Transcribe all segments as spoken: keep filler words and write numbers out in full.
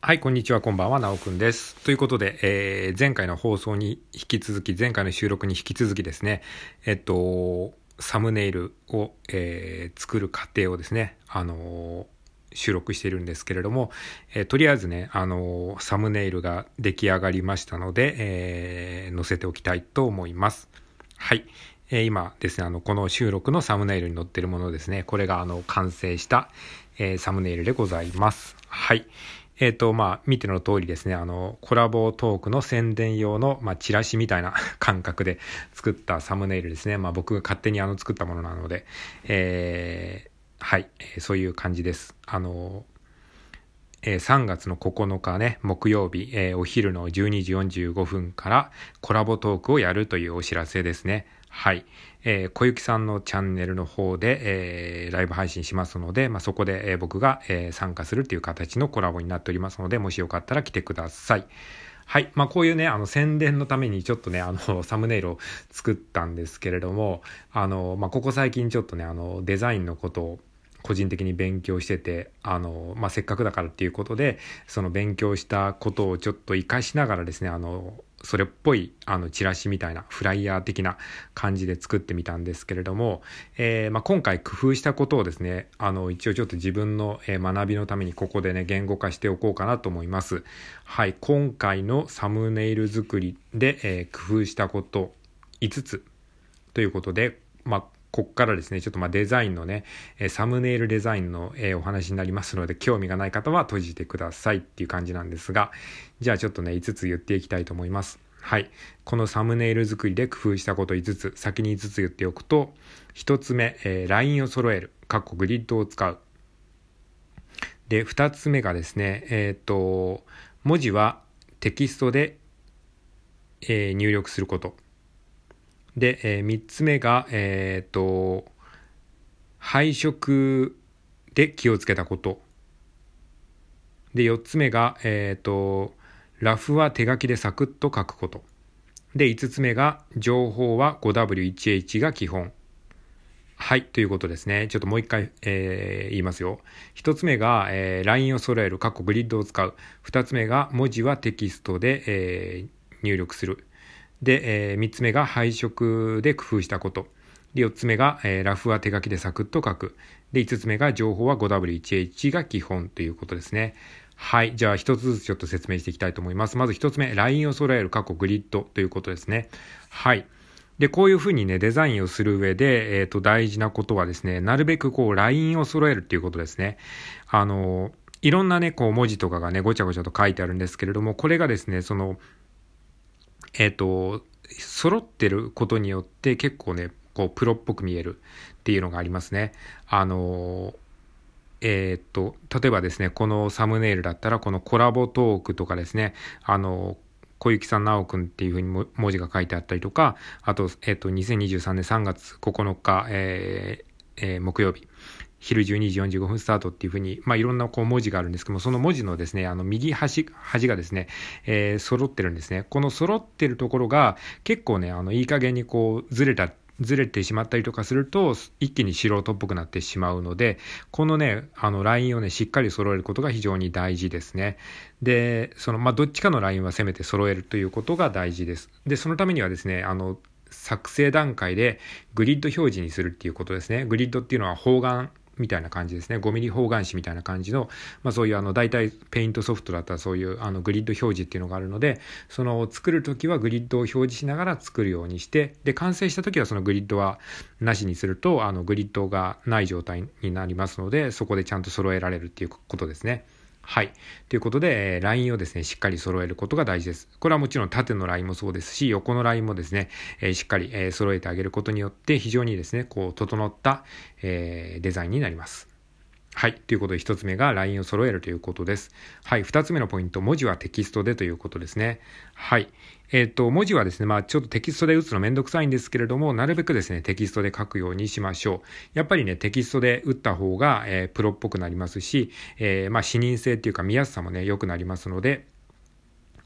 はい、こんにちは、こんばんは、なおくんです。ということで、えー前回の放送に引き続き、前回の収録に引き続きですね、えっと、サムネイルを、えー作る過程をですね、あのー収録しているんですけれども、えーとりあえずね、あのーサムネイルが出来上がりましたので、えー載せておきたいと思います。はい。えー今ですね、あの、この収録のサムネイルに載っているものですね、これがあの、完成した、えーサムネイルでございます。はい。えっと、まあ、見ての通りですね、あの、コラボトークの宣伝用の、まあ、チラシみたいな感覚で作ったサムネイルですね。まあ、僕が勝手にあの、作ったものなので、えー、はい、えーそういう感じです。あの、えーさんがつのここのかね、木曜日、えーお昼のじゅうにじよんじゅうごふんからコラボトークをやるというお知らせですね。はい。えー小雪さんのチャンネルの方で、えーライブ配信しますので、まあ、そこで、えー僕が、えー参加するっていう形のコラボになっておりますので、もしよかったら来てください。はい。まあ、こういうね、あの、宣伝のためにちょっとね、あの、サムネイルを作ったんですけれども、あの、まあ、ここ最近ちょっとね、あの、デザインのことを個人的に勉強してて、あの、まあ、せっかくだからっていうことで、その勉強したことをちょっと活かしながらですね、あの、それっぽい、あの、チラシみたいな、フライヤー的な感じで作ってみたんですけれども、えーまあ、今回工夫したことをですね、あの、一応ちょっと自分のえー学びのためにここでね、言語化しておこうかなと思います。はい、今回のサムネイル作りで、えー工夫したこといつつということで、まあ、こっからですね、ちょっとまあデザインのね、えーサムネイルデザインの、えーお話になりますので、興味がない方は閉じてくださいっていう感じなんですが、じゃあちょっとね、いつつ言っていきたいと思います。はい。このサムネイル作りで工夫したこといつつ、先にいつつ言っておくと、ひとつめ、えーラインを揃える、かっこグリッドを使う。で、ふたつめがですね、えっと、文字はテキストで、えー入力すること。で、えー、みっつめが、えっと、配色で気をつけたこと。で、よっつめが、えっと、ラフは手書きでサクッと書くこと。で、いつつめが、情報は ファイブダブリューワンエイチ が基本。はい、ということですね。ちょっともう一回、えー言いますよ。一つ目が、えーラインを揃える、かっこグリッドを使う。二つ目が、文字はテキストで、えー入力する。で、えー三つ目が、配色で工夫したこと。で、四つ目が、えーラフは手書きでサクッと書く。で、五つ目が、情報は ファイブダブリューワンエイチ が基本ということですね。はい。じゃあ、一つずつちょっと説明していきたいと思います。まず一つ目、ラインを揃える、過去グリッドということですね。はい。で、こういうふうにね、デザインをする上で、えっと、大事なことはですね、なるべくこう、ラインを揃えるっていうことですね。あの、いろんなね、こう、文字とかがね、ごちゃごちゃと書いてあるんですけれども、これがですね、その、えっと、揃ってることによって結構ね、こう、プロっぽく見えるっていうのがありますね。あの、えーっと、例えばですね、このサムネイルだったら、このコラボトークとかですね、あの、小雪さんなおくんっていうふうにも文字が書いてあったりとか、あと、えーっと、にせんにじゅうさんねんさんがつここのか、えーえー木曜日、昼じゅうにじよんじゅうごふんスタートっていうふうに、まあ、いろんなこう文字があるんですけども、その文字のですね、あの、右端、端がですね、えー揃ってるんですね。この揃ってるところが、結構ね、あの、いい加減にこう、ずれたずれてしまったりとかすると一気に素人っぽくなってしまうので、このねあのラインをねしっかり揃えることが非常に大事ですね。でそのまあどっちかのラインはせめて揃えるということが大事です。でそのためにはですね、あの作成段階でグリッド表示にするっていうことですね。グリッドっていうのは方眼みたいな感じですね。ごミリ方眼紙みたいな感じの、まあ、そういうあの大体ペイントソフトだったらそういうあのグリッド表示っていうのがあるので、その作るときはグリッドを表示しながら作るようにして、で完成したときはそのグリッドはなしにすると、あのグリッドがない状態になりますので、そこでちゃんと揃えられるっていうことですね。はい。ということで、えー、ラインをですね、しっかり揃えることが大事です。これはもちろん縦のラインもそうですし、横のラインもですね、えー、しっかり、えー、揃えてあげることによって、非常にですね、こう、整った、えー、デザインになります。はい。ということで、一つ目がラインを揃えるということです。はい。二つ目のポイント、文字はテキストでということですね。はい。えっと、文字はですね、まあちょっとテキストで打つのめんどくさいんですけれども、なるべくですね、テキストで書くようにしましょう。やっぱりね、テキストで打った方が、えープロっぽくなりますし、えーまあ視認性っていうか見やすさもね、良くなりますので、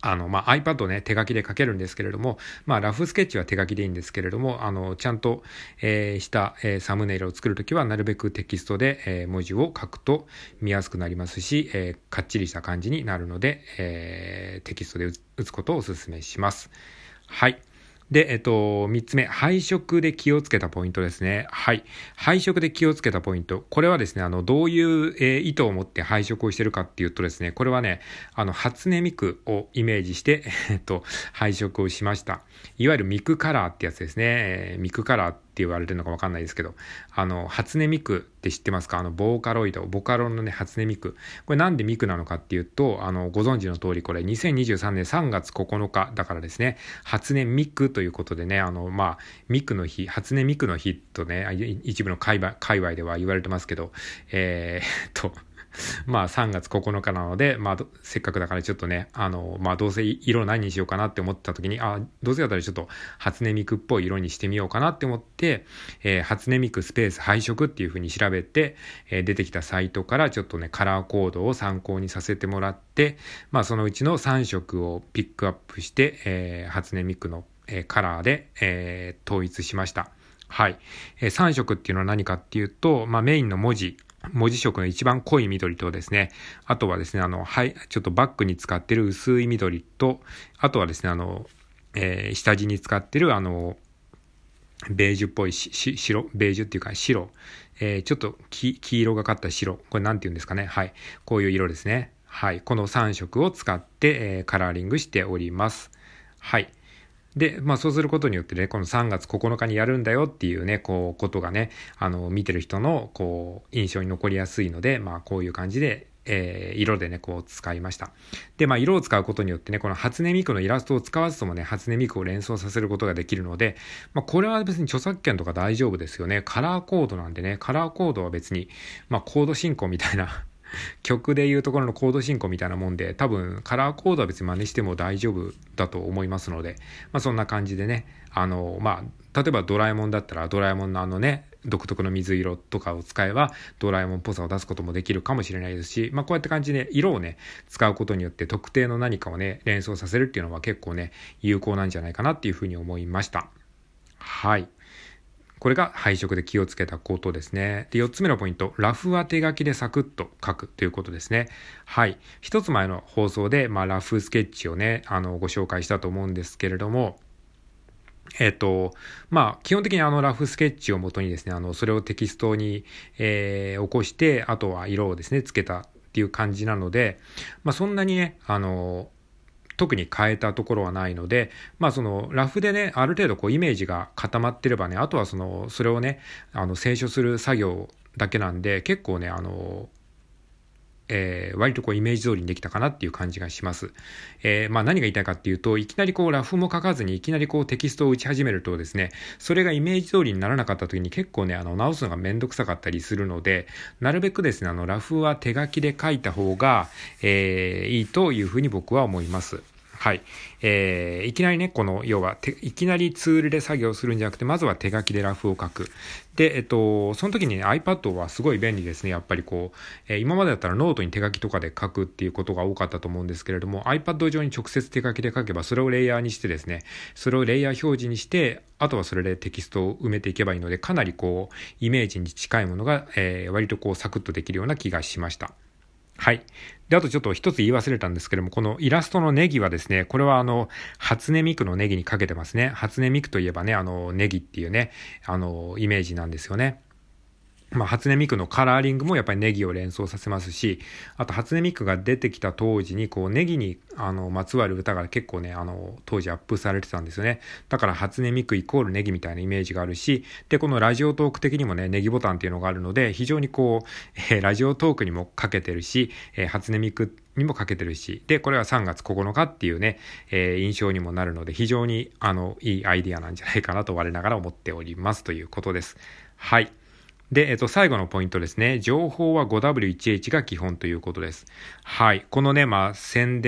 あの、まあ、iPad をね、手書きで書けるんですけれども、まあ、ラフスケッチは手書きでいいんですけれども、あの、ちゃんと、えー、した、えー、サムネイルを作るときは、なるべくテキストで、えー、文字を書くと見やすくなりますし、えー、かっちりした感じになるので、えー、テキストで打つことをお勧めします。はい。で、えっと、三つ目、配色で気をつけたポイントですね。はい。配色で気をつけたポイント。これはですね、あの、どういう、えー、意図を持って配色をしているかっていうとですね、これはね、あの、初音ミクをイメージして、えっと、配色をしました。いわゆるミクカラーってやつですね。えー、ミクカラーって言われてるのかわかんないですけど、あの、初音ミクって知ってますか？あの、ボーカロイド、ボカロのね、初音ミク。これなんでミクなのかっていうと、あの、ご存知の通り、これにせんにじゅうさんねんさんがつここのかだからですね、初音ミクということでね、あの、まあ、ミクの日、初音ミクの日とね、一部の界隈、界隈では言われてますけど、えー、っと、まあさんがつここのかなので、まあせっかくだからちょっとね、あの、まあどうせ色何にしようかなって思った時に、あ、どうせだったらちょっと初音ミクっぽい色にしてみようかなって思って、えー、初音ミクスペース配色っていう風に調べて、えー、出てきたサイトからちょっとね、カラーコードを参考にさせてもらって、まあそのうちのさんしょくをピックアップして、えー、初音ミクの、えー、カラーで、えー、統一しました。はい。えー、さんしょくっていうのは何かっていうと、まあメインの文字、文字色の一番濃い緑とですね、あとはですね、あの、はい、ちょっとバックに使ってる薄い緑と、あとはですね、あの、えー、下地に使ってるあの、ベージュっぽいし、し、白、ベージュっていうか白、えー、ちょっと黄、黄色がかった白、これなんて言うんですかね。はい。こういう色ですね。はい。このさんしょくを使って、えー、カラーリングしております。はい。で、まあそうすることによってね、このさんがつここのかにやるんだよっていうね、こう、ことがね、あの、見てる人の、こう、印象に残りやすいので、まあこういう感じで、えー、色でね、こう使いました。で、まあ色を使うことによってね、この初音ミクのイラストを使わずともね、初音ミクを連想させることができるので、まあこれは別に著作権とか大丈夫ですよね。カラーコードなんでね、カラーコードは別に、まあコード進行みたいな、曲でいうところのコード進行みたいなもんで、多分カラーコードは別に真似しても大丈夫だと思いますので、まあそんな感じでね、あの、まあ、例えばドラえもんだったらドラえもんのあのね、独特の水色とかを使えばドラえもんっぽさを出すこともできるかもしれないですし、まあこうやって感じで色をね、使うことによって特定の何かをね、連想させるっていうのは結構ね、有効なんじゃないかなっていうふうに思いました。はい。これが配色で気をつけたことですね。で、よっつめのポイント、ラフは手書きでサクッと書くということですね。はい。一つ前の放送で、まあ、ラフスケッチをね、あの、ご紹介したと思うんですけれども、えっと、まあ、基本的にあのラフスケッチをもとにですね、あの、それをテキストに、えー、起こして、あとは色をですね、つけたっていう感じなので、まあ、そんなにね、あの、特に変えたところはないので、まあそのラフでね、ある程度こうイメージが固まってればね、あとはその、それをね、あの、清書する作業だけなんで、結構ね、あの、えー、割とこうイメージ通りにできたかなっていう感じがします。えー、まあ何が言いたいかっていうと、いきなりこうラフも書かずにいきなりこうテキストを打ち始めるとですね、それがイメージ通りにならなかった時に結構ね、あの直すのがめんどくさかったりするので、なるべくですね、あのラフは手書きで書いた方が、えー、いいというふうに僕は思います。はい。えー、いきなりね、この、要は、いきなりツールで作業するんじゃなくて、まずは手書きでラフを書く。で、えっと、その時にね、iPad はすごい便利ですね。やっぱりこう、えー、今までだったらノートに手書きとかで書くっていうことが多かったと思うんですけれども、iPad 上に直接手書きで書けば、それをレイヤーにしてですね、それをレイヤー表示にして、あとはそれでテキストを埋めていけばいいので、かなりこう、イメージに近いものが、えー、割とこう、サクッとできるような気がしました。はい。で、あとちょっと一つ言い忘れたんですけども、このイラストのネギはですね、これはあの、初音ミクのネギにかけてますね。初音ミクといえばね、あの、ネギっていうね、あの、イメージなんですよね。まあ、初音ミクのカラーリングもやっぱりネギを連想させますし、あと初音ミクが出てきた当時に、こう、ネギに、あの、まつわる歌が結構ね、あの、当時アップされてたんですよね。だから初音ミクイコールネギみたいなイメージがあるし、で、このラジオトーク的にもね、ネギボタンっていうのがあるので、非常にこう、えー、ラジオトークにもかけてるし、えー、初音ミクにもかけてるし、で、これはさんがつここのかっていうね、えー、印象にもなるので、非常に、あの、いいアイディアなんじゃないかなと我ながら思っておりますということです。はい。で、えっと、最後のポイントですね。情報は ファイブダブリューワンエイチ が基本ということです。はい。このね、まあ、宣伝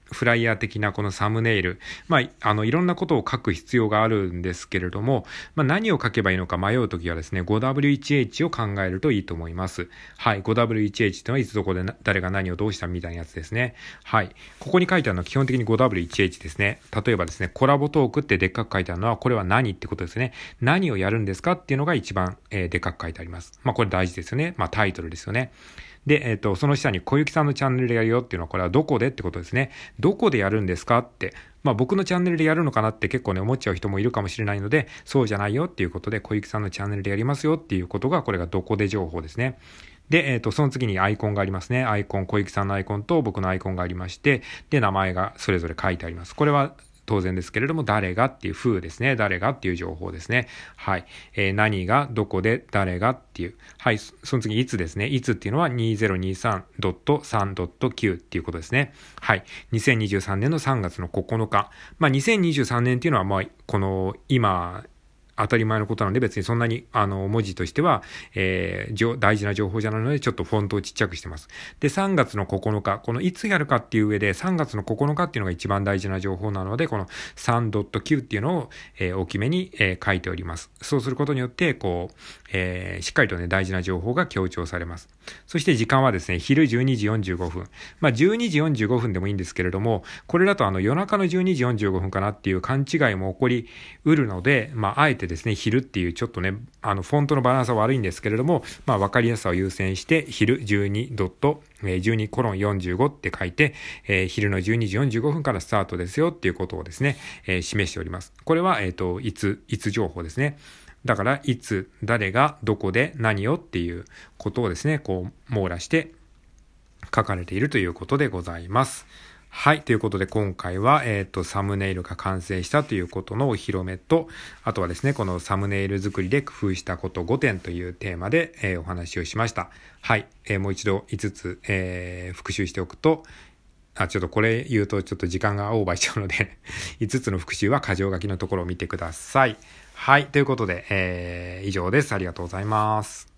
フライヤー的なこのサムネイル、まあ、あの、いろんなことを書く必要があるんですけれども、まあ、何を書けばいいのか迷うときはですね、ファイブダブリューワンエイチ を考えるといいと思います。はい。ファイブダブリューワンエイチ というのはいつどこで誰が何をどうしたみたいなやつですね。はい。ここに書いてあるのは基本的に ファイブダブリューワンエイチ ですね。例えばですね、コラボトークってでっかく書いてあるのは、これは何ってことですね。何をやるんですかっていうのが一番、えー、でっかく書いてあります。まあ、これ大事ですよね。まあ、タイトルですよね。で、えっと、その下に小雪さんのチャンネルでやるよっていうのは、これはどこでってことですね。どこでやるんですかって。まあ僕のチャンネルでやるのかなって結構ね思っちゃう人もいるかもしれないので、そうじゃないよっていうことで、小雪さんのチャンネルでやりますよっていうことが、これがどこで情報ですね。で、えっと、その次にアイコンがありますね。アイコン、小雪さんのアイコンと僕のアイコンがありまして、で、名前がそれぞれ書いてあります。これは、当然ですけれども、誰がっていう風ですね。誰がっていう情報ですね。はい。えー、何が、どこで、誰がっていう。はい。その次、いつですね。いつっていうのは にせんにじゅうさんドットさんドットきゅう っていうことですね。はい。にせんにじゅうさんねんのさんがつのここのか。まあ、にせんにじゅうさんねんっていうのは、まあ、この、今、当たり前のことなんで別にそんなにあの文字としては、えー、大事な情報じゃないのでちょっとフォントをちっちゃくしてます。で、さんがつのここのか、このいつやるかっていう上でさんがつのここのかっていうのが一番大事な情報なので、この さんドットきゅう っていうのを、えー、大きめに、えー、書いております。そうすることによって、こう、えー、しっかりとね、大事な情報が強調されます。そして時間はですね、昼じゅうにじよんじゅうごふん。まあ、じゅうにじよんじゅうごふんでもいいんですけれども、これだとあの夜中のじゅうにじよんじゅうごふんかなっていう勘違いも起こりうるので、まあ、あえてですね、昼っていうちょっとね、あの、フォントのバランスは悪いんですけれども、まあ、わかりやすさを優先して、昼じゅうにドットじゅうにコロンよんじゅうごって書いて、えー、昼のじゅうにじよんじゅうごふんからスタートですよっていうことをですね、えー、示しております。これは、えっと、いつ、いつ情報ですね。だから、いつ、誰が、どこで、何をっていうことをですね、こう、網羅して書かれているということでございます。はい。ということで、今回は、えっと、サムネイルが完成したということのお披露目と、あとはですね、このサムネイル作りで工夫したことごてんというテーマで、えー、お話をしました。はい。えー、もう一度いつつ、えー、復習しておくと、あ、ちょっとこれ言うとちょっと時間がオーバーしちゃうので、いつつの復習は箇条書きのところを見てください。はい。ということで、えー、以上です。ありがとうございます。